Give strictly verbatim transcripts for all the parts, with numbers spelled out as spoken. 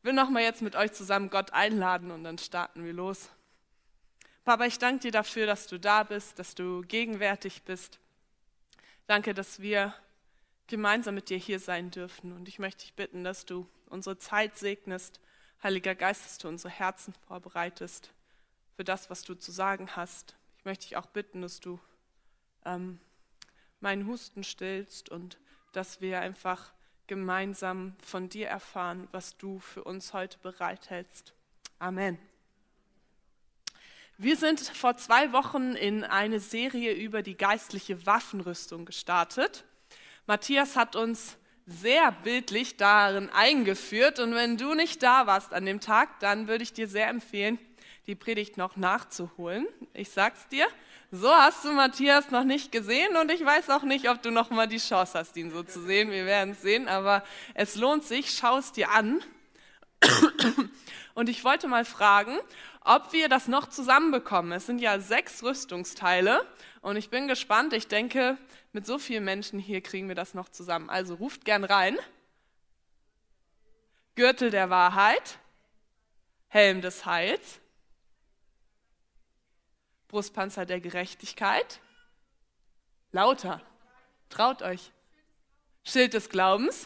will nochmal jetzt mit euch zusammen Gott einladen und dann starten wir los. Papa, ich danke dir dafür, dass du da bist, dass du gegenwärtig bist. Danke, dass wir gemeinsam mit dir hier sein dürfen. Und ich möchte dich bitten, dass du unsere Zeit segnest. Heiliger Geist, dass du unsere Herzen vorbereitest für das, was du zu sagen hast. Ich möchte dich auch bitten, dass du ähm, meinen Husten stillst und dass wir einfach gemeinsam von dir erfahren, was du für uns heute bereithältst. Amen. Wir sind vor zwei Wochen in eine Serie über die geistliche Waffenrüstung gestartet. Matthias hat uns sehr bildlich darin eingeführt und wenn du nicht da warst an dem Tag, dann würde ich dir sehr empfehlen, die Predigt noch nachzuholen. Ich sag's dir, so hast du Matthias noch nicht gesehen und ich weiß auch nicht, ob du noch mal die Chance hast, ihn so zu sehen. Wir werden es sehen, aber es lohnt sich, schau es dir an. Und ich wollte mal fragen, ob wir das noch zusammenbekommen. Es sind ja sechs Rüstungsteile und ich bin gespannt. Ich denke, mit so vielen Menschen hier kriegen wir das noch zusammen. Also ruft gern rein. Gürtel der Wahrheit, Helm des Heils, Brustpanzer der Gerechtigkeit, lauter, traut euch, Schild des Glaubens,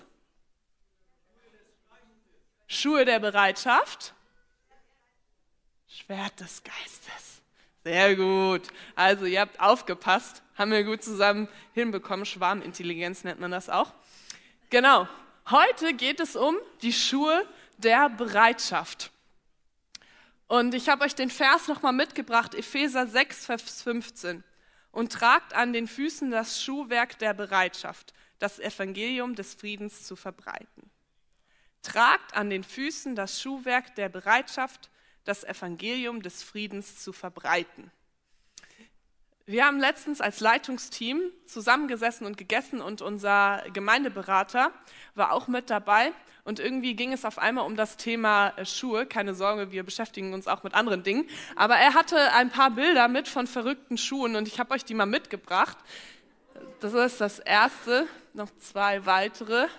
Schuhe der Bereitschaft, Schwert des Geistes. Sehr gut. Also ihr habt aufgepasst, haben wir gut zusammen hinbekommen. Schwarmintelligenz nennt man das auch. Genau. Heute geht es um die Schuhe der Bereitschaft. Und ich habe euch den Vers nochmal mitgebracht, Epheser sechs, Vers fünfzehn. Und tragt an den Füßen das Schuhwerk der Bereitschaft, das Evangelium des Friedens zu verbreiten. Tragt an den Füßen das Schuhwerk der Bereitschaft, das Evangelium des Friedens zu verbreiten. Wir haben letztens als Leitungsteam zusammengesessen und gegessen und unser Gemeindeberater war auch mit dabei. Und irgendwie ging es auf einmal um das Thema Schuhe. Keine Sorge, wir beschäftigen uns auch mit anderen Dingen. Aber er hatte ein paar Bilder mit von verrückten Schuhen und ich habe euch die mal mitgebracht. Das ist das erste, noch zwei weitere.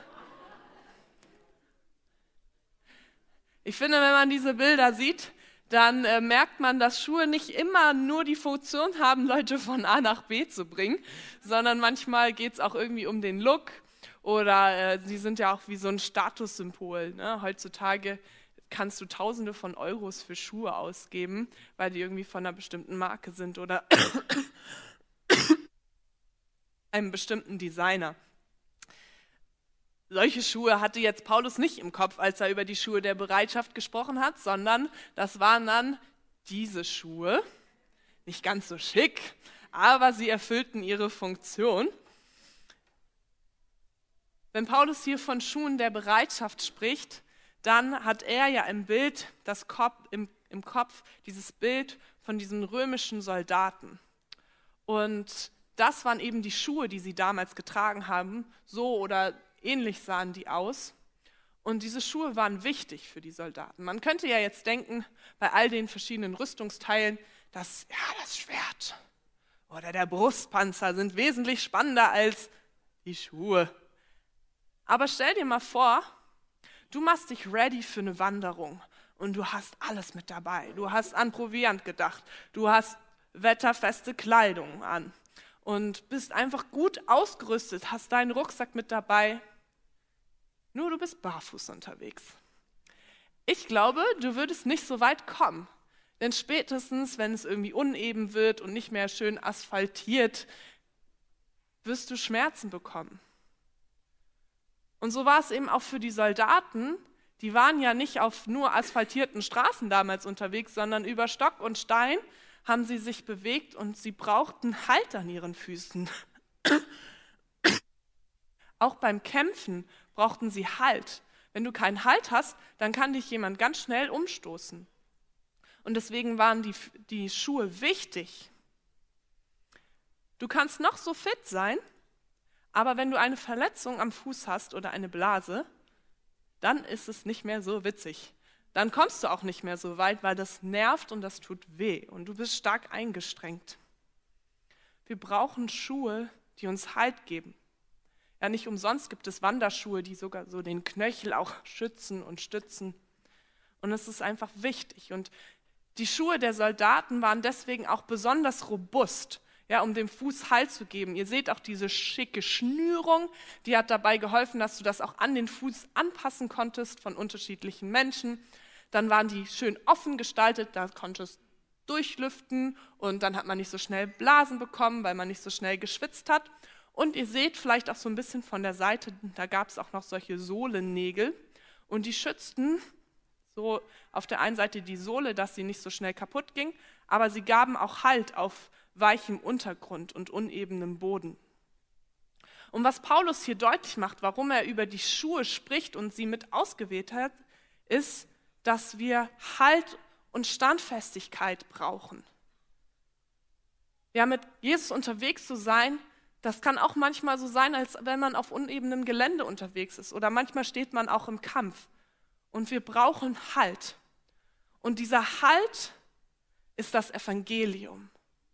Ich finde, wenn man diese Bilder sieht, dann äh, merkt man, dass Schuhe nicht immer nur die Funktion haben, Leute von A nach B zu bringen, sondern manchmal geht es auch irgendwie um den Look. Oder äh, sie sind ja auch wie so ein Statussymbol. Ne? Heutzutage kannst du Tausende von Euros für Schuhe ausgeben, weil die irgendwie von einer bestimmten Marke sind oder einem bestimmten Designer. Solche Schuhe hatte jetzt Paulus nicht im Kopf, als er über die Schuhe der Bereitschaft gesprochen hat, sondern das waren dann diese Schuhe. Nicht ganz so schick, aber sie erfüllten ihre Funktion. Wenn Paulus hier von Schuhen der Bereitschaft spricht, dann hat er ja im Bild, das Kopf, im, im Kopf dieses Bild von diesen römischen Soldaten. Und das waren eben die Schuhe, die sie damals getragen haben. So oder ähnlich sahen die aus. Und diese Schuhe waren wichtig für die Soldaten. Man könnte ja jetzt denken, bei all den verschiedenen Rüstungsteilen, dass ja, das Schwert oder der Brustpanzer sind wesentlich spannender als die Schuhe. Aber stell dir mal vor, du machst dich ready für eine Wanderung und du hast alles mit dabei. Du hast an Proviant gedacht, du hast wetterfeste Kleidung an und bist einfach gut ausgerüstet, hast deinen Rucksack mit dabei, nur du bist barfuß unterwegs. Ich glaube, du würdest nicht so weit kommen, denn spätestens, wenn es irgendwie uneben wird und nicht mehr schön asphaltiert, wirst du Schmerzen bekommen. Und so war es eben auch für die Soldaten, die waren ja nicht auf nur asphaltierten Straßen damals unterwegs, sondern über Stock und Stein haben sie sich bewegt und sie brauchten Halt an ihren Füßen. Auch beim Kämpfen brauchten sie Halt. Wenn du keinen Halt hast, dann kann dich jemand ganz schnell umstoßen. Und deswegen waren die, die Schuhe wichtig. Du kannst noch so fit sein, aber wenn du eine Verletzung am Fuß hast oder eine Blase, dann ist es nicht mehr so witzig. Dann kommst du auch nicht mehr so weit, weil das nervt und das tut weh und du bist stark eingestrengt. Wir brauchen Schuhe, die uns Halt geben. Ja, nicht umsonst gibt es Wanderschuhe, die sogar so den Knöchel auch schützen und stützen. Und es ist einfach wichtig. Und die Schuhe der Soldaten waren deswegen auch besonders robust, ja, um dem Fuß Halt zu geben. Ihr seht auch diese schicke Schnürung, die hat dabei geholfen, dass du das auch an den Fuß anpassen konntest von unterschiedlichen Menschen. Dann waren die schön offen gestaltet, da konntest du durchlüften und dann hat man nicht so schnell Blasen bekommen, weil man nicht so schnell geschwitzt hat. Und ihr seht vielleicht auch so ein bisschen von der Seite, da gab es auch noch solche Sohlennägel und die schützten so auf der einen Seite die Sohle, dass sie nicht so schnell kaputt ging, aber sie gaben auch Halt auf weichem Untergrund und unebenem Boden. Und was Paulus hier deutlich macht, warum er über die Schuhe spricht und sie mit ausgewählt hat, ist, dass wir Halt und Standfestigkeit brauchen. Ja, mit Jesus unterwegs zu sein, das kann auch manchmal so sein, als wenn man auf unebenem Gelände unterwegs ist. Oder manchmal steht man auch im Kampf. Und wir brauchen Halt. Und dieser Halt ist das Evangelium.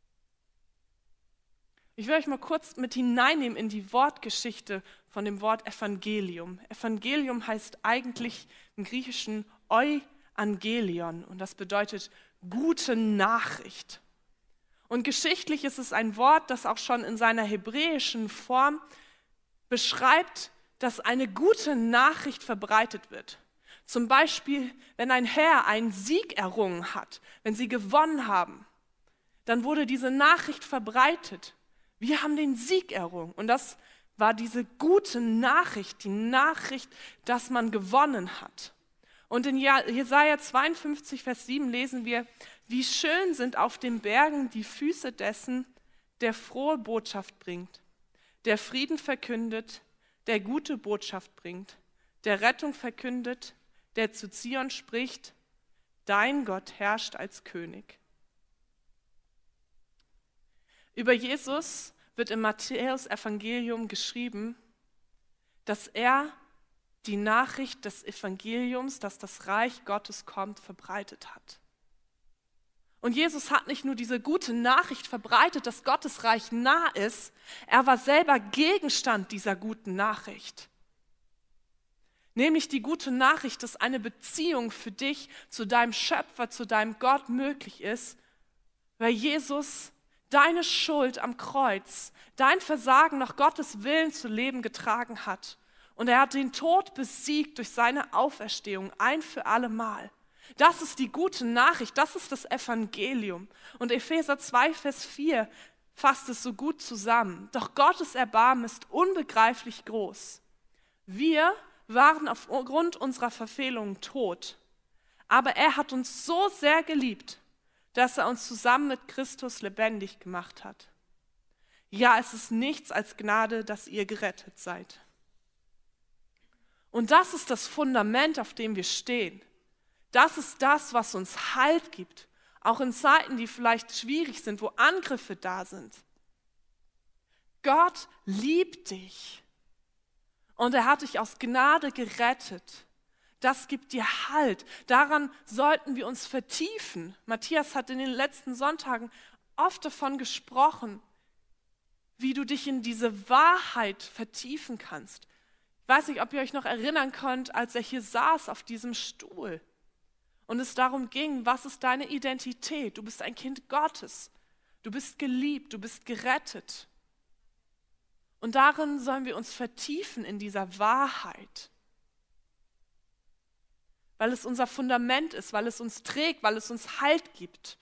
Ich will euch mal kurz mit hineinnehmen in die Wortgeschichte von dem Wort Evangelium. Evangelium heißt eigentlich im Griechischen Euangelion und das bedeutet gute Nachricht. Und geschichtlich ist es ein Wort, das auch schon in seiner hebräischen Form beschreibt, dass eine gute Nachricht verbreitet wird. Zum Beispiel, wenn ein Herr einen Sieg errungen hat, wenn sie gewonnen haben, dann wurde diese Nachricht verbreitet. Wir haben den Sieg errungen. Und das war diese gute Nachricht, die Nachricht, dass man gewonnen hat. Und in Jesaja zweiundfünfzig, Vers sieben lesen wir, wie schön sind auf den Bergen die Füße dessen, der frohe Botschaft bringt, der Frieden verkündet, der gute Botschaft bringt, der Rettung verkündet, der zu Zion spricht, dein Gott herrscht als König. Über Jesus wird im Matthäus-Evangelium geschrieben, dass er die Nachricht des Evangeliums, dass das Reich Gottes kommt, verbreitet hat. Und Jesus hat nicht nur diese gute Nachricht verbreitet, dass Gottes Reich nah ist, er war selber Gegenstand dieser guten Nachricht. Nämlich die gute Nachricht, dass eine Beziehung für dich zu deinem Schöpfer, zu deinem Gott möglich ist, weil Jesus deine Schuld am Kreuz, dein Versagen nach Gottes Willen zu leben getragen hat. Und er hat den Tod besiegt durch seine Auferstehung ein für alle Mal. Das ist die gute Nachricht, das ist das Evangelium. Und Epheser zwei, Vers vier fasst es so gut zusammen. Doch Gottes Erbarmen ist unbegreiflich groß. Wir waren aufgrund unserer Verfehlungen tot, aber er hat uns so sehr geliebt, dass er uns zusammen mit Christus lebendig gemacht hat. Ja, es ist nichts als Gnade, dass ihr gerettet seid. Und das ist das Fundament, auf dem wir stehen. Das ist das, was uns Halt gibt, auch in Zeiten, die vielleicht schwierig sind, wo Angriffe da sind. Gott liebt dich und er hat dich aus Gnade gerettet. Das gibt dir Halt. Daran sollten wir uns vertiefen. Matthias hat in den letzten Sonntagen oft davon gesprochen, wie du dich in diese Wahrheit vertiefen kannst. Ich weiß nicht, ob ihr euch noch erinnern könnt, als er hier saß auf diesem Stuhl und es darum ging, was ist deine Identität? Du bist ein Kind Gottes. Du bist geliebt, du bist gerettet. Und darin sollen wir uns vertiefen in dieser Wahrheit. Weil es unser Fundament ist, weil es uns trägt, weil es uns Halt gibt.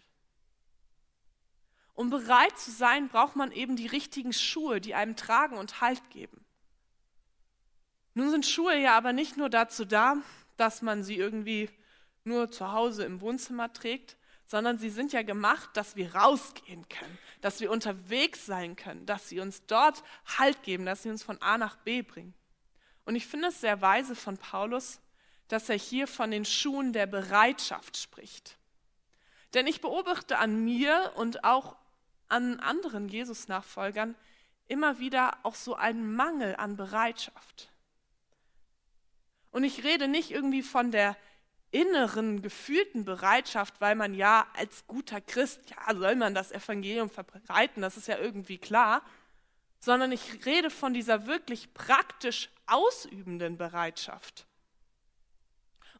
Um bereit zu sein, braucht man eben die richtigen Schuhe, die einem tragen und Halt geben. Nun sind Schuhe ja aber nicht nur dazu da, dass man sie irgendwie nur zu Hause im Wohnzimmer trägt, sondern sie sind ja gemacht, dass wir rausgehen können, dass wir unterwegs sein können, dass sie uns dort Halt geben, dass sie uns von A nach B bringen. Und ich finde es sehr weise von Paulus, dass er hier von den Schuhen der Bereitschaft spricht. Denn ich beobachte an mir und auch an anderen Jesus-Nachfolgern immer wieder auch so einen Mangel an Bereitschaft. Und ich rede nicht irgendwie von der inneren, gefühlten Bereitschaft, weil man ja als guter Christ, ja, soll man das Evangelium verbreiten, das ist ja irgendwie klar, sondern ich rede von dieser wirklich praktisch ausübenden Bereitschaft.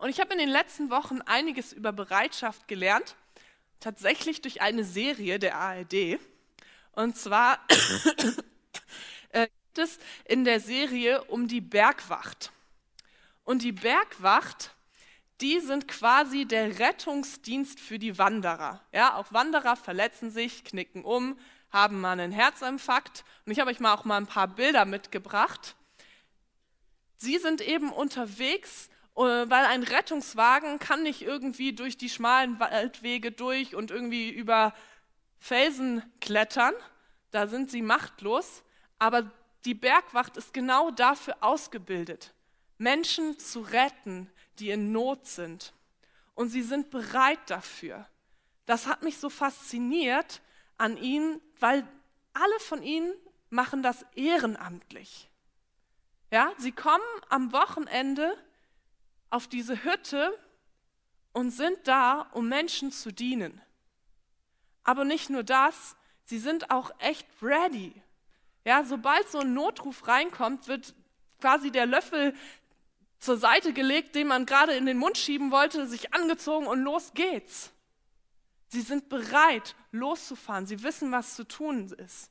Und ich habe in den letzten Wochen einiges über Bereitschaft gelernt, tatsächlich durch eine Serie der A R D. Und zwar äh, gibt es in der Serie um die Bergwacht. Und die Bergwacht, die sind quasi der Rettungsdienst für die Wanderer. Ja, auch Wanderer verletzen sich, knicken um, haben mal einen Herzinfarkt. Und ich habe euch mal auch mal ein paar Bilder mitgebracht. Sie sind eben unterwegs, weil ein Rettungswagen kann nicht irgendwie durch die schmalen Waldwege durch und irgendwie über Felsen klettern. Da sind sie machtlos. Aber die Bergwacht ist genau dafür ausgebildet, Menschen zu retten, die in Not sind. Und sie sind bereit dafür. Das hat mich so fasziniert an ihnen, weil alle von ihnen machen das ehrenamtlich. Ja, sie kommen am Wochenende auf diese Hütte und sind da, um Menschen zu dienen. Aber nicht nur das, sie sind auch echt ready. Ja, sobald so ein Notruf reinkommt, wird quasi der Löffel zur Seite gelegt, den man gerade in den Mund schieben wollte, sich angezogen und los geht's. Sie sind bereit, loszufahren. Sie wissen, was zu tun ist.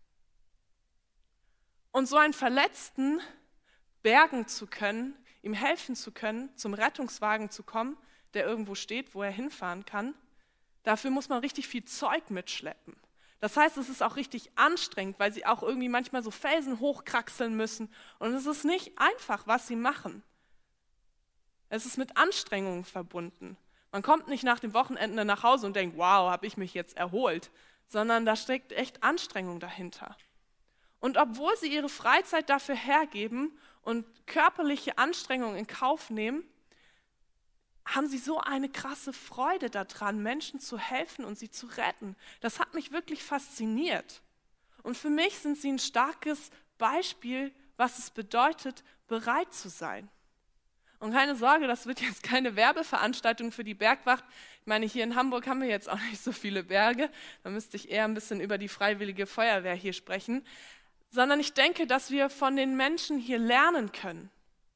Und so einen Verletzten bergen zu können, ihm helfen zu können, zum Rettungswagen zu kommen, der irgendwo steht, wo er hinfahren kann, dafür muss man richtig viel Zeug mitschleppen. Das heißt, es ist auch richtig anstrengend, weil sie auch irgendwie manchmal so Felsen hochkraxeln müssen. Und es ist nicht einfach, was sie machen. Es ist mit Anstrengungen verbunden. Man kommt nicht nach dem Wochenende nach Hause und denkt, wow, habe ich mich jetzt erholt, sondern da steckt echt Anstrengung dahinter. Und obwohl sie ihre Freizeit dafür hergeben und körperliche Anstrengungen in Kauf nehmen, haben sie so eine krasse Freude daran, Menschen zu helfen und sie zu retten. Das hat mich wirklich fasziniert. Und für mich sind sie ein starkes Beispiel, was es bedeutet, bereit zu sein. Und keine Sorge, das wird jetzt keine Werbeveranstaltung für die Bergwacht. Ich meine, hier in Hamburg haben wir jetzt auch nicht so viele Berge. Da müsste ich eher ein bisschen über die Freiwillige Feuerwehr hier sprechen. Sondern ich denke, dass wir von den Menschen hier lernen können.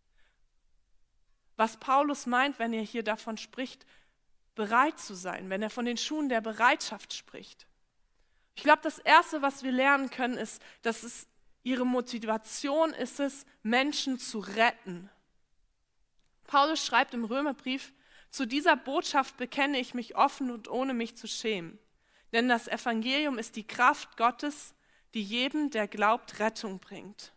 Was Paulus meint, wenn er hier davon spricht, bereit zu sein, wenn er von den Schuhen der Bereitschaft spricht. Ich glaube, das Erste, was wir lernen können, ist, dass es ihre Motivation ist, es, Menschen zu retten. Paulus schreibt im Römerbrief, zu dieser Botschaft bekenne ich mich offen und ohne mich zu schämen. Denn das Evangelium ist die Kraft Gottes, die jedem, der glaubt, Rettung bringt.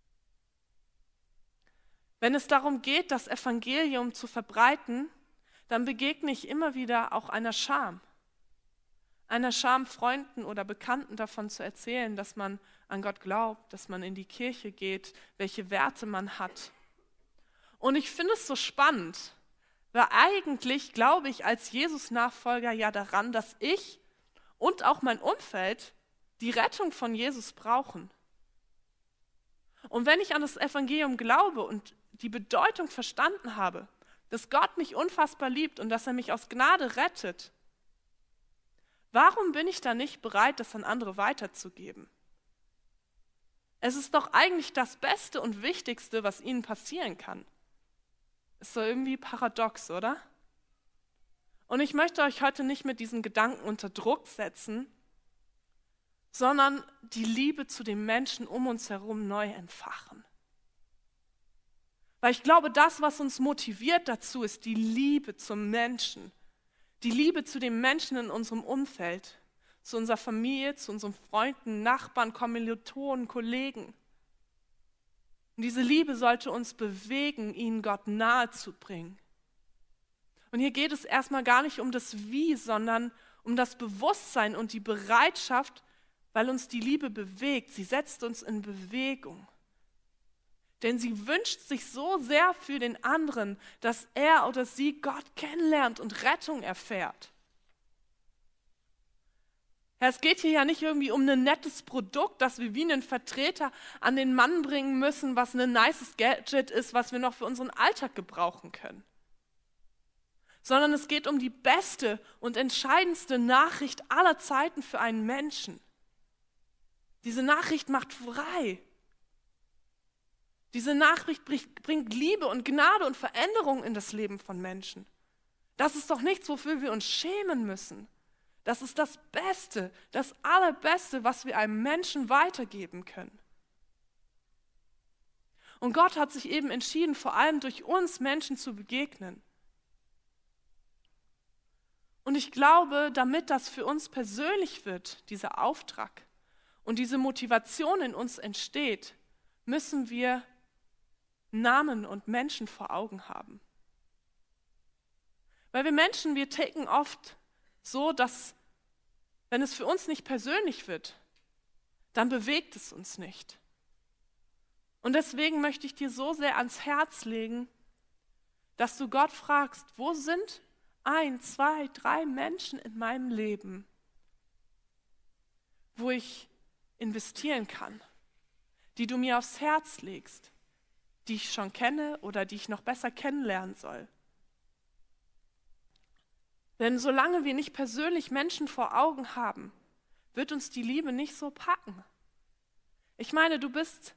Wenn es darum geht, das Evangelium zu verbreiten, dann begegne ich immer wieder auch einer Scham. Einer Scham, Freunden oder Bekannten davon zu erzählen, dass man an Gott glaubt, dass man in die Kirche geht, welche Werte man hat. Und ich finde es so spannend, weil eigentlich glaube ich als Jesus-Nachfolger ja daran, dass ich und auch mein Umfeld die Rettung von Jesus brauchen. Und wenn ich an das Evangelium glaube und die Bedeutung verstanden habe, dass Gott mich unfassbar liebt und dass er mich aus Gnade rettet, warum bin ich da nicht bereit, das an andere weiterzugeben? Es ist doch eigentlich das Beste und Wichtigste, was ihnen passieren kann. Ist so irgendwie paradox, oder? Und ich möchte euch heute nicht mit diesen Gedanken unter Druck setzen, sondern die Liebe zu den Menschen um uns herum neu entfachen. Weil ich glaube, das, was uns motiviert dazu, ist die Liebe zum Menschen. Die Liebe zu den Menschen in unserem Umfeld, zu unserer Familie, zu unseren Freunden, Nachbarn, Kommilitonen, Kollegen. Und diese Liebe sollte uns bewegen, ihnen Gott nahe zu bringen. Und hier geht es erstmal gar nicht um das Wie, sondern um das Bewusstsein und die Bereitschaft, weil uns die Liebe bewegt. Sie setzt uns in Bewegung. Denn sie wünscht sich so sehr für den anderen, dass er oder sie Gott kennenlernt und Rettung erfährt. Es geht hier ja nicht irgendwie um ein nettes Produkt, das wir wie einen Vertreter an den Mann bringen müssen, was ein nices Gadget ist, was wir noch für unseren Alltag gebrauchen können. Sondern es geht um die beste und entscheidendste Nachricht aller Zeiten für einen Menschen. Diese Nachricht macht frei. Diese Nachricht bringt Liebe und Gnade und Veränderung in das Leben von Menschen. Das ist doch nichts, wofür wir uns schämen müssen. Das ist das Beste, das Allerbeste, was wir einem Menschen weitergeben können. Und Gott hat sich eben entschieden, vor allem durch uns Menschen zu begegnen. Und ich glaube, damit das für uns persönlich wird, dieser Auftrag und diese Motivation in uns entsteht, müssen wir Namen und Menschen vor Augen haben. Weil wir Menschen, wir ticken oft so, dass, wenn es für uns nicht persönlich wird, dann bewegt es uns nicht. Und deswegen möchte ich dir so sehr ans Herz legen, dass du Gott fragst, wo sind ein, zwei, drei Menschen in meinem Leben, wo ich investieren kann, die du mir aufs Herz legst, die ich schon kenne oder die ich noch besser kennenlernen soll. Denn solange wir nicht persönlich Menschen vor Augen haben, wird uns die Liebe nicht so packen. Ich meine, du bist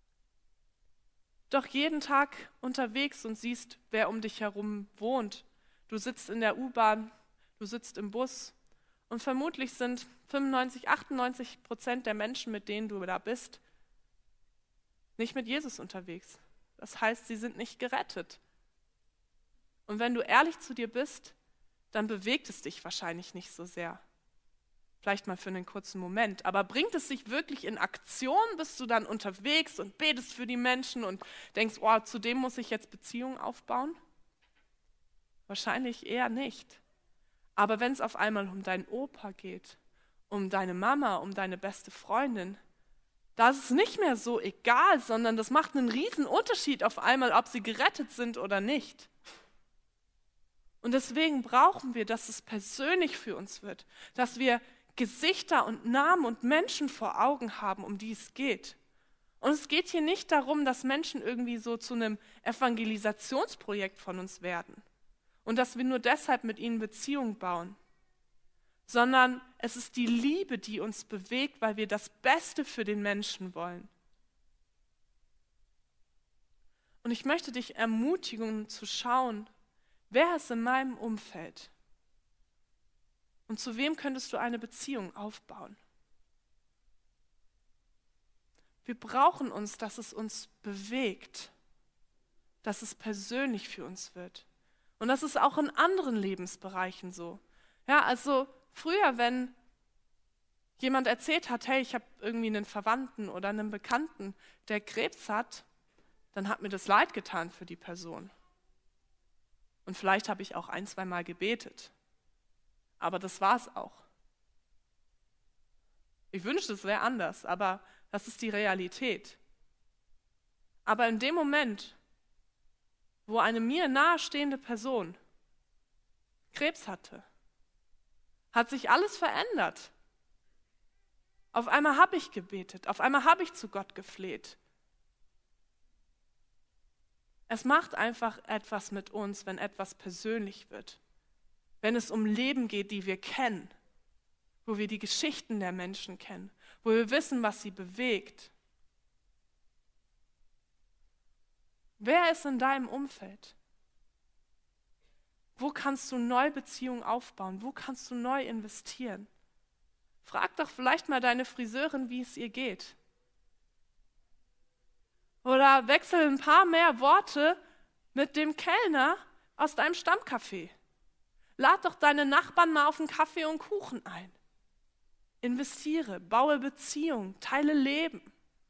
doch jeden Tag unterwegs und siehst, wer um dich herum wohnt. Du sitzt in der U-Bahn, du sitzt im Bus und vermutlich sind fünfundneunzig, achtundneunzig Prozent der Menschen, mit denen du da bist, nicht mit Jesus unterwegs. Das heißt, sie sind nicht gerettet. Und wenn du ehrlich zu dir bist, dann bewegt es dich wahrscheinlich nicht so sehr. Vielleicht mal für einen kurzen Moment. Aber bringt es dich wirklich in Aktion? Bist du dann unterwegs und betest für die Menschen und denkst, oh, zu dem muss ich jetzt Beziehungen aufbauen? Wahrscheinlich eher nicht. Aber wenn es auf einmal um deinen Opa geht, um deine Mama, um deine beste Freundin, da ist es nicht mehr so egal, sondern das macht einen riesen Unterschied auf einmal, ob sie gerettet sind oder nicht. Und deswegen brauchen wir, dass es persönlich für uns wird, dass wir Gesichter und Namen und Menschen vor Augen haben, um die es geht. Und es geht hier nicht darum, dass Menschen irgendwie so zu einem Evangelisationsprojekt von uns werden und dass wir nur deshalb mit ihnen Beziehungen bauen, sondern es ist die Liebe, die uns bewegt, weil wir das Beste für den Menschen wollen. Und ich möchte dich ermutigen zu schauen, wer ist in meinem Umfeld? Und zu wem könntest du eine Beziehung aufbauen? Wir brauchen uns, dass es uns bewegt, dass es persönlich für uns wird. Und das ist auch in anderen Lebensbereichen so. Ja, also früher, wenn jemand erzählt hat, hey, ich habe irgendwie einen Verwandten oder einen Bekannten, der Krebs hat, dann hat mir das leid getan für die Person. Und vielleicht habe ich auch ein, zwei Mal gebetet. Aber das war es auch. Ich wünschte, es wäre anders, aber das ist die Realität. Aber in dem Moment, wo eine mir nahestehende Person Krebs hatte, hat sich alles verändert. Auf einmal habe ich gebetet, auf einmal habe ich zu Gott gefleht. Es macht einfach etwas mit uns, wenn etwas persönlich wird. Wenn es um Leben geht, die wir kennen, wo wir die Geschichten der Menschen kennen, wo wir wissen, was sie bewegt. Wer ist in deinem Umfeld? Wo kannst du neue Beziehungen aufbauen? Wo kannst du neu investieren? Frag doch vielleicht mal deine Friseurin, wie es ihr geht. Oder wechsel ein paar mehr Worte mit dem Kellner aus deinem Stammcafé. Lad doch deine Nachbarn mal auf einen Kaffee und Kuchen ein. Investiere, baue Beziehungen, teile Leben.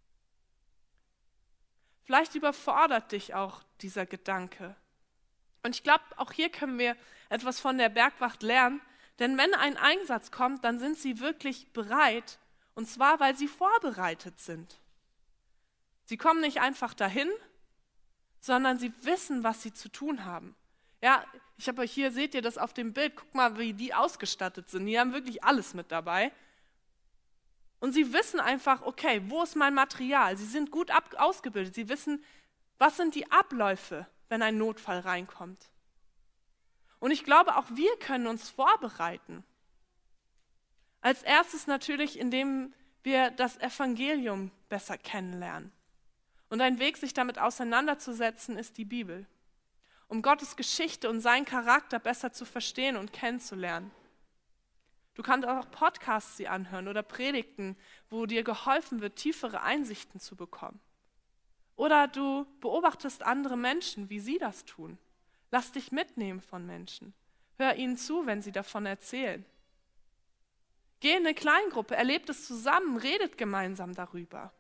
Vielleicht überfordert dich auch dieser Gedanke. Und ich glaube, auch hier können wir etwas von der Bergwacht lernen, denn wenn ein Einsatz kommt, dann sind sie wirklich bereit, und zwar, weil sie vorbereitet sind. Sie kommen nicht einfach dahin, sondern sie wissen, was sie zu tun haben. Ja, ich habe euch hier, seht ihr das auf dem Bild, guck mal, wie die ausgestattet sind. Die haben wirklich alles mit dabei. Und sie wissen einfach, okay, wo ist mein Material? Sie sind gut ab- ausgebildet. Sie wissen, was sind die Abläufe, wenn ein Notfall reinkommt. Und ich glaube, auch wir können uns vorbereiten. Als erstes natürlich, indem wir das Evangelium besser kennenlernen. Und ein Weg, sich damit auseinanderzusetzen, ist die Bibel, um Gottes Geschichte und seinen Charakter besser zu verstehen und kennenzulernen. Du kannst auch Podcasts sie anhören oder Predigten, wo dir geholfen wird, tiefere Einsichten zu bekommen. Oder du beobachtest andere Menschen, wie sie das tun. Lass dich mitnehmen von Menschen. Hör ihnen zu, wenn sie davon erzählen. Geh in eine Kleingruppe, erlebt es zusammen, redet gemeinsam darüber.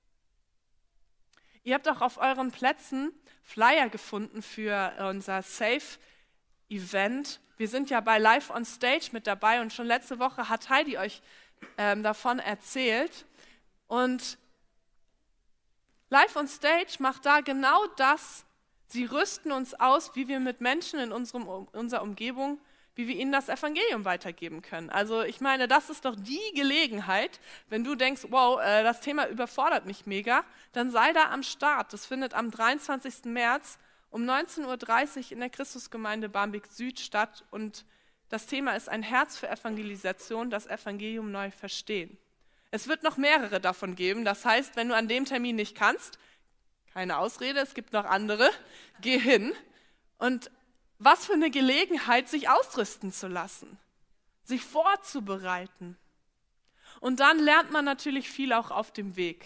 Ihr habt auch auf euren Plätzen Flyer gefunden für unser Safe-Event. Wir sind ja bei Live on Stage mit dabei und schon letzte Woche hat Heidi euch ähm, davon erzählt. Und Live on Stage macht da genau das. Sie rüsten uns aus, wie wir mit Menschen in unserem, unserer Umgebung, wie wir ihnen das Evangelium weitergeben können. Also ich meine, das ist doch die Gelegenheit, wenn du denkst, wow, äh, das Thema überfordert mich mega, dann sei da am Start. Das findet am dreiundzwanzigsten März um neunzehn Uhr dreißig in der Christusgemeinde Barmbek Süd statt und das Thema ist ein Herz für Evangelisation, das Evangelium neu verstehen. Es wird noch mehrere davon geben, das heißt, wenn du an dem Termin nicht kannst, keine Ausrede, es gibt noch andere, geh hin. Und was für eine Gelegenheit, sich ausrüsten zu lassen, sich vorzubereiten. Und dann lernt man natürlich viel auch auf dem Weg.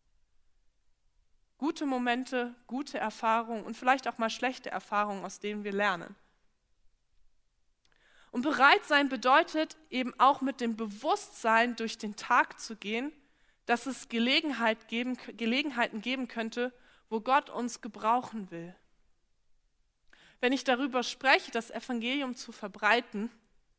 Gute Momente, gute Erfahrungen und vielleicht auch mal schlechte Erfahrungen, aus denen wir lernen. Und bereit sein bedeutet eben auch mit dem Bewusstsein durch den Tag zu gehen, dass es Gelegenheit geben, Gelegenheiten geben könnte, wo Gott uns gebrauchen will. Wenn ich darüber spreche, das Evangelium zu verbreiten,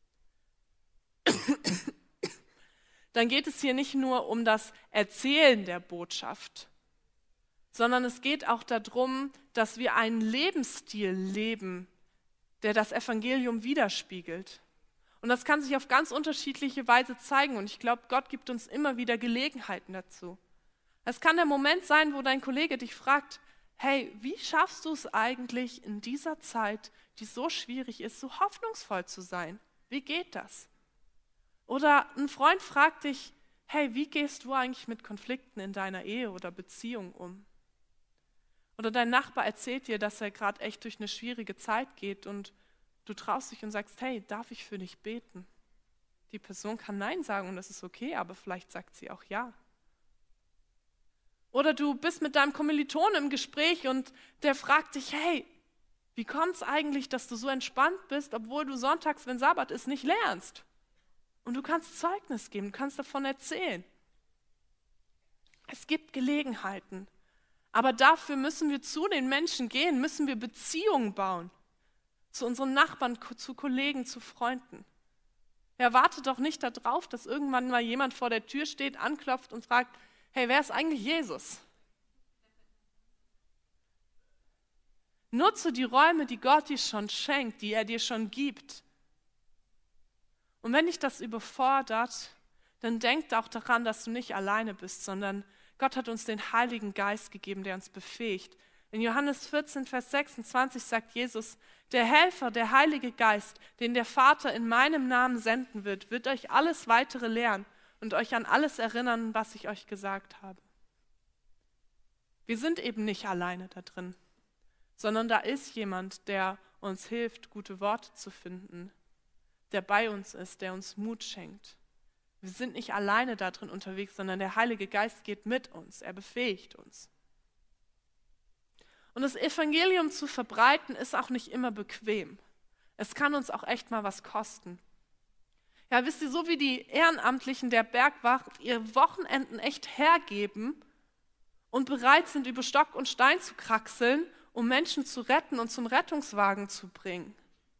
dann geht es hier nicht nur um das Erzählen der Botschaft, sondern es geht auch darum, dass wir einen Lebensstil leben, der das Evangelium widerspiegelt. Und das kann sich auf ganz unterschiedliche Weise zeigen und ich glaube, Gott gibt uns immer wieder Gelegenheiten dazu. Es kann der Moment sein, wo dein Kollege dich fragt, hey, wie schaffst du es eigentlich in dieser Zeit, die so schwierig ist, so hoffnungsvoll zu sein? Wie geht das? Oder ein Freund fragt dich, hey, wie gehst du eigentlich mit Konflikten in deiner Ehe oder Beziehung um? Oder dein Nachbar erzählt dir, dass er gerade echt durch eine schwierige Zeit geht und du traust dich und sagst, hey, darf ich für dich beten? Die Person kann Nein sagen und das ist okay, aber vielleicht sagt sie auch Ja. Oder du bist mit deinem Kommilitonen im Gespräch und der fragt dich, hey, wie kommt es eigentlich, dass du so entspannt bist, obwohl du sonntags, wenn Sabbat ist, nicht lernst? Und du kannst Zeugnis geben, du kannst davon erzählen. Es gibt Gelegenheiten, aber dafür müssen wir zu den Menschen gehen, müssen wir Beziehungen bauen, zu unseren Nachbarn, zu Kollegen, zu Freunden. Ja, warte doch nicht darauf, dass irgendwann mal jemand vor der Tür steht, anklopft und fragt, hey, wer ist eigentlich Jesus? Nutze die Räume, die Gott dir schon schenkt, die er dir schon gibt. Und wenn dich das überfordert, dann denk auch daran, dass du nicht alleine bist, sondern Gott hat uns den Heiligen Geist gegeben, der uns befähigt. In Johannes vierzehn, Vers sechsundzwanzig sagt Jesus, der Helfer, der Heilige Geist, den der Vater in meinem Namen senden wird, wird euch alles weitere lehren und euch an alles erinnern, was ich euch gesagt habe. Wir sind eben nicht alleine da drin, sondern da ist jemand, der uns hilft, gute Worte zu finden, der bei uns ist, der uns Mut schenkt. Wir sind nicht alleine da drin unterwegs, sondern der Heilige Geist geht mit uns, er befähigt uns. Und das Evangelium zu verbreiten ist auch nicht immer bequem. Es kann uns auch echt mal was kosten. Ja, wisst ihr, so wie die Ehrenamtlichen der Bergwacht ihre Wochenenden echt hergeben und bereit sind, über Stock und Stein zu kraxeln, um Menschen zu retten und zum Rettungswagen zu bringen.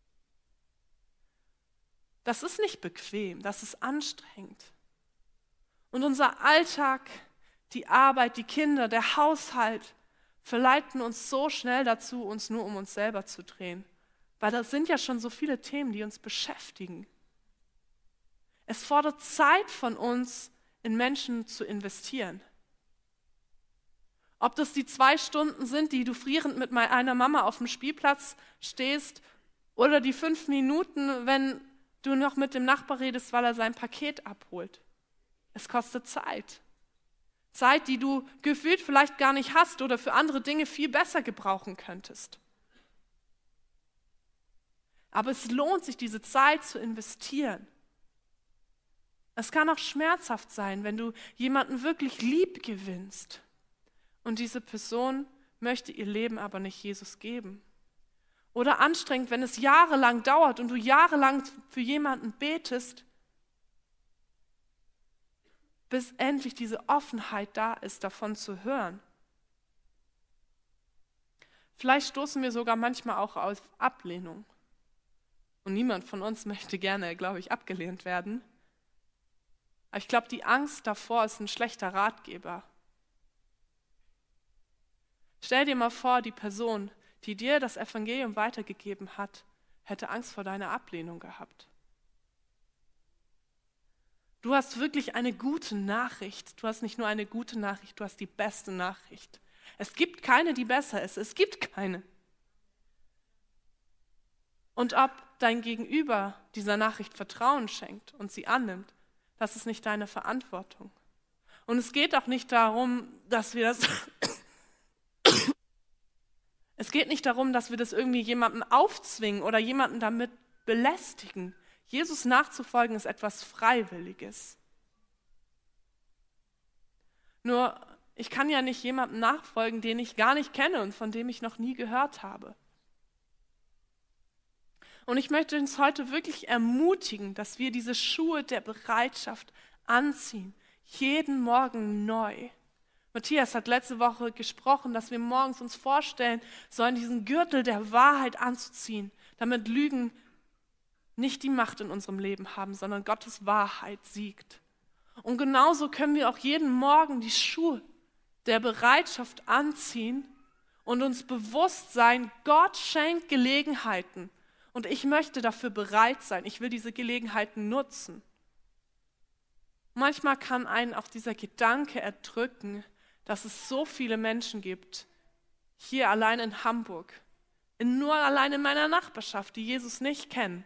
Das ist nicht bequem, das ist anstrengend. Und unser Alltag, die Arbeit, die Kinder, der Haushalt verleiten uns so schnell dazu, uns nur um uns selber zu drehen. Weil das sind ja schon so viele Themen, die uns beschäftigen. Es fordert Zeit von uns, in Menschen zu investieren. Ob das die zwei Stunden sind, die du frierend mit einer Mama auf dem Spielplatz stehst, oder die fünf Minuten, wenn du noch mit dem Nachbar redest, weil er sein Paket abholt. Es kostet Zeit. Zeit, die du gefühlt vielleicht gar nicht hast oder für andere Dinge viel besser gebrauchen könntest. Aber es lohnt sich, diese Zeit zu investieren. Es kann auch schmerzhaft sein, wenn du jemanden wirklich lieb gewinnst und diese Person möchte ihr Leben aber nicht Jesus geben. Oder anstrengend, wenn es jahrelang dauert und du jahrelang für jemanden betest, bis endlich diese Offenheit da ist, davon zu hören. Vielleicht stoßen wir sogar manchmal auch auf Ablehnung. Und niemand von uns möchte gerne, glaube ich, abgelehnt werden. Aber ich glaube, die Angst davor ist ein schlechter Ratgeber. Stell dir mal vor, die Person, die dir das Evangelium weitergegeben hat, hätte Angst vor deiner Ablehnung gehabt. Du hast wirklich eine gute Nachricht. Du hast nicht nur eine gute Nachricht, du hast die beste Nachricht. Es gibt keine, die besser ist. Es gibt keine. Und ob dein Gegenüber dieser Nachricht Vertrauen schenkt und sie annimmt, das ist nicht deine Verantwortung. Und es geht auch nicht darum, dass wir das... Es geht nicht darum, dass wir das irgendwie jemandem aufzwingen oder jemanden damit belästigen. Jesus nachzufolgen ist etwas Freiwilliges. Nur, ich kann ja nicht jemandem nachfolgen, den ich gar nicht kenne und von dem ich noch nie gehört habe. Und ich möchte uns heute wirklich ermutigen, dass wir diese Schuhe der Bereitschaft anziehen, jeden Morgen neu. Matthias hat letzte Woche gesprochen, dass wir morgens uns vorstellen sollen, diesen Gürtel der Wahrheit anzuziehen, damit Lügen nicht die Macht in unserem Leben haben, sondern Gottes Wahrheit siegt. Und genauso können wir auch jeden Morgen die Schuhe der Bereitschaft anziehen und uns bewusst sein, Gott schenkt Gelegenheiten und ich möchte dafür bereit sein. Ich will diese Gelegenheiten nutzen. Manchmal kann einen auch dieser Gedanke erdrücken, dass es so viele Menschen gibt, hier allein in Hamburg, in nur allein in meiner Nachbarschaft, die Jesus nicht kennen.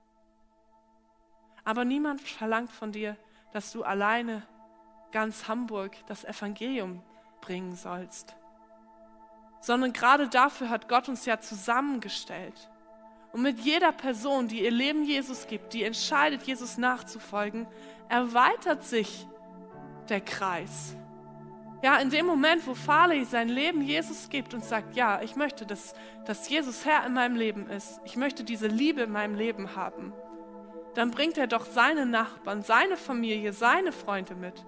Aber niemand verlangt von dir, dass du alleine ganz Hamburg das Evangelium bringen sollst. Sondern gerade dafür hat Gott uns ja zusammengestellt. Und mit jeder Person, die ihr Leben Jesus gibt, die entscheidet, Jesus nachzufolgen, erweitert sich der Kreis. Ja, in dem Moment, wo Farley sein Leben Jesus gibt und sagt, ja, ich möchte, dass, dass Jesus Herr in meinem Leben ist, ich möchte diese Liebe in meinem Leben haben, dann bringt er doch seine Nachbarn, seine Familie, seine Freunde mit.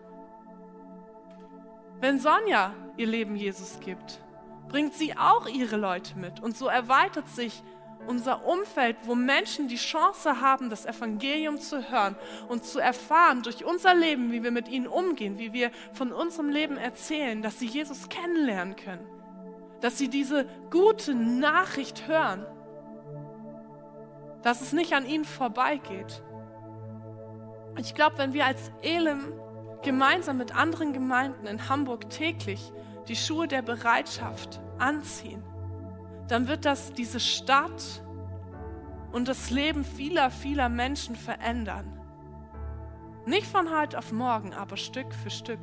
Wenn Sonja ihr Leben Jesus gibt, bringt sie auch ihre Leute mit. Und so erweitert sich unser Umfeld, wo Menschen die Chance haben, das Evangelium zu hören und zu erfahren durch unser Leben, wie wir mit ihnen umgehen, wie wir von unserem Leben erzählen, dass sie Jesus kennenlernen können, dass sie diese gute Nachricht hören, dass es nicht an ihnen vorbeigeht. Ich glaube, wenn wir als Elim gemeinsam mit anderen Gemeinden in Hamburg täglich die Schuhe der Bereitschaft anziehen, dann wird das diese Stadt und das Leben vieler, vieler Menschen verändern. Nicht von heute auf morgen, aber Stück für Stück.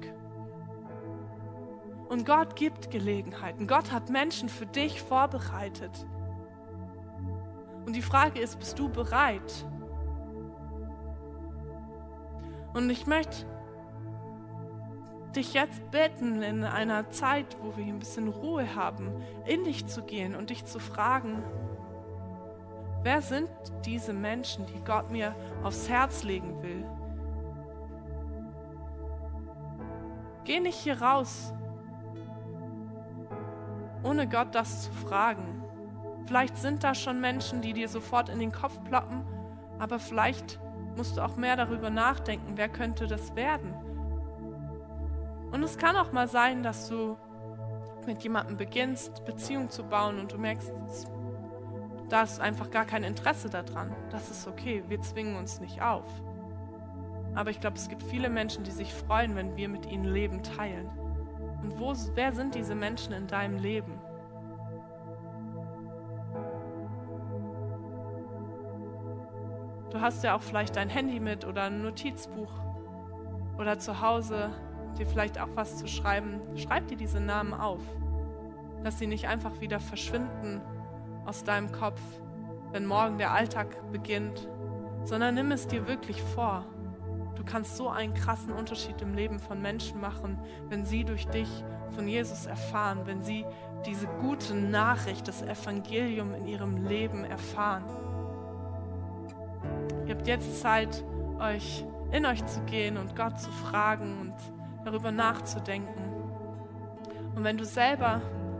Und Gott gibt Gelegenheiten. Gott hat Menschen für dich vorbereitet. Und die Frage ist, bist du bereit? Und ich möchte dich jetzt bitten, in einer Zeit, wo wir ein bisschen Ruhe haben, in dich zu gehen und dich zu fragen, wer sind diese Menschen, die Gott mir aufs Herz legen will? Geh nicht hier raus, ohne Gott das zu fragen. Vielleicht sind da schon Menschen, die dir sofort in den Kopf ploppen, aber vielleicht musst du auch mehr darüber nachdenken, wer könnte das werden? Und es kann auch mal sein, dass du mit jemandem beginnst, Beziehung zu bauen und du merkst, da ist einfach gar kein Interesse daran. Das ist okay, wir zwingen uns nicht auf. Aber ich glaube, es gibt viele Menschen, die sich freuen, wenn wir mit ihnen Leben teilen. Und wo, wer sind diese Menschen in deinem Leben? Du hast ja auch vielleicht dein Handy mit oder ein Notizbuch oder zu Hause dir vielleicht auch was zu schreiben, schreib dir diese Namen auf. Lass sie nicht einfach wieder verschwinden aus deinem Kopf, wenn morgen der Alltag beginnt, sondern nimm es dir wirklich vor. Du kannst so einen krassen Unterschied im Leben von Menschen machen, wenn sie durch dich von Jesus erfahren, wenn sie diese gute Nachricht, das Evangelium in ihrem Leben erfahren. Ihr habt jetzt Zeit, euch in euch zu gehen und Gott zu fragen und darüber nachzudenken. Und wenn du selber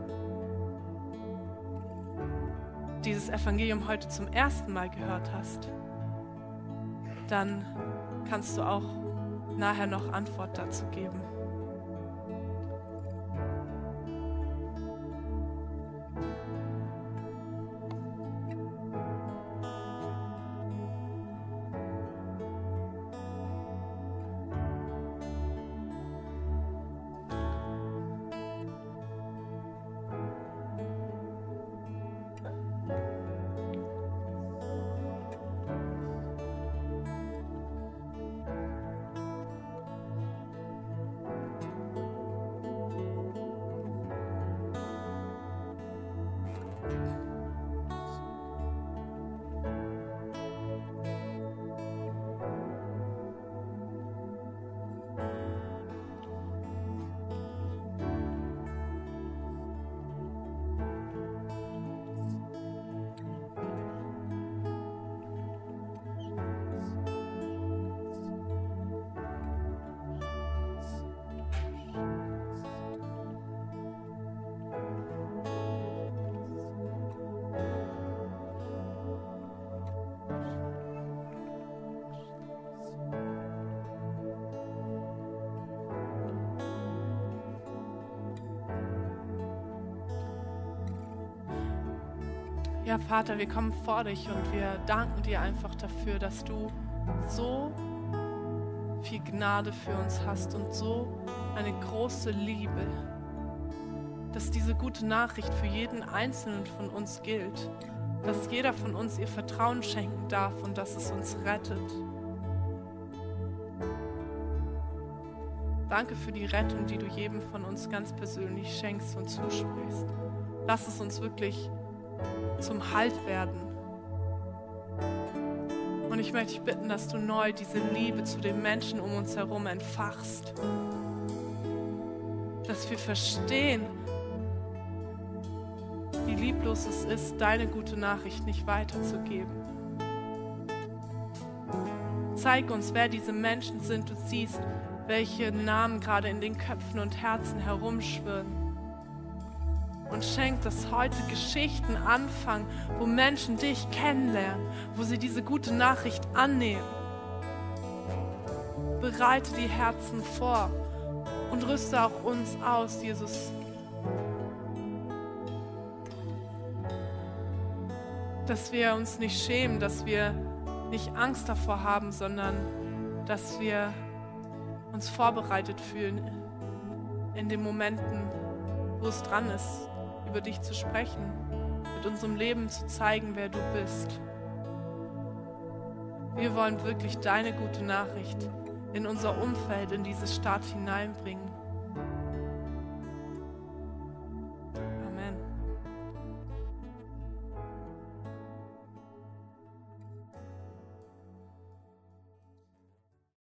dieses Evangelium heute zum ersten Mal gehört hast, dann kannst du auch nachher noch Antwort dazu geben. Ja, Vater, wir kommen vor dich und wir danken dir einfach dafür, dass du so viel Gnade für uns hast und so eine große Liebe, dass diese gute Nachricht für jeden Einzelnen von uns gilt, dass jeder von uns ihr Vertrauen schenken darf und dass es uns rettet. Danke für die Rettung, die du jedem von uns ganz persönlich schenkst und zusprichst. Lass es uns wirklich zum Halt werden. Und ich möchte dich bitten, dass du neu diese Liebe zu den Menschen um uns herum entfachst. Dass wir verstehen, wie lieblos es ist, deine gute Nachricht nicht weiterzugeben. Zeig uns, wer diese Menschen sind. Du siehst, welche Namen gerade in den Köpfen und Herzen herumschwirren. Und schenk, dass heute Geschichten anfangen, wo Menschen dich kennenlernen, wo sie diese gute Nachricht annehmen. Bereite die Herzen vor und rüste auch uns aus, Jesus. Dass wir uns nicht schämen, dass wir nicht Angst davor haben, sondern dass wir uns vorbereitet fühlen in den Momenten, wo es dran ist, über dich zu sprechen, mit unserem Leben zu zeigen, wer du bist. Wir wollen wirklich deine gute Nachricht in unser Umfeld, in diese Stadt hineinbringen.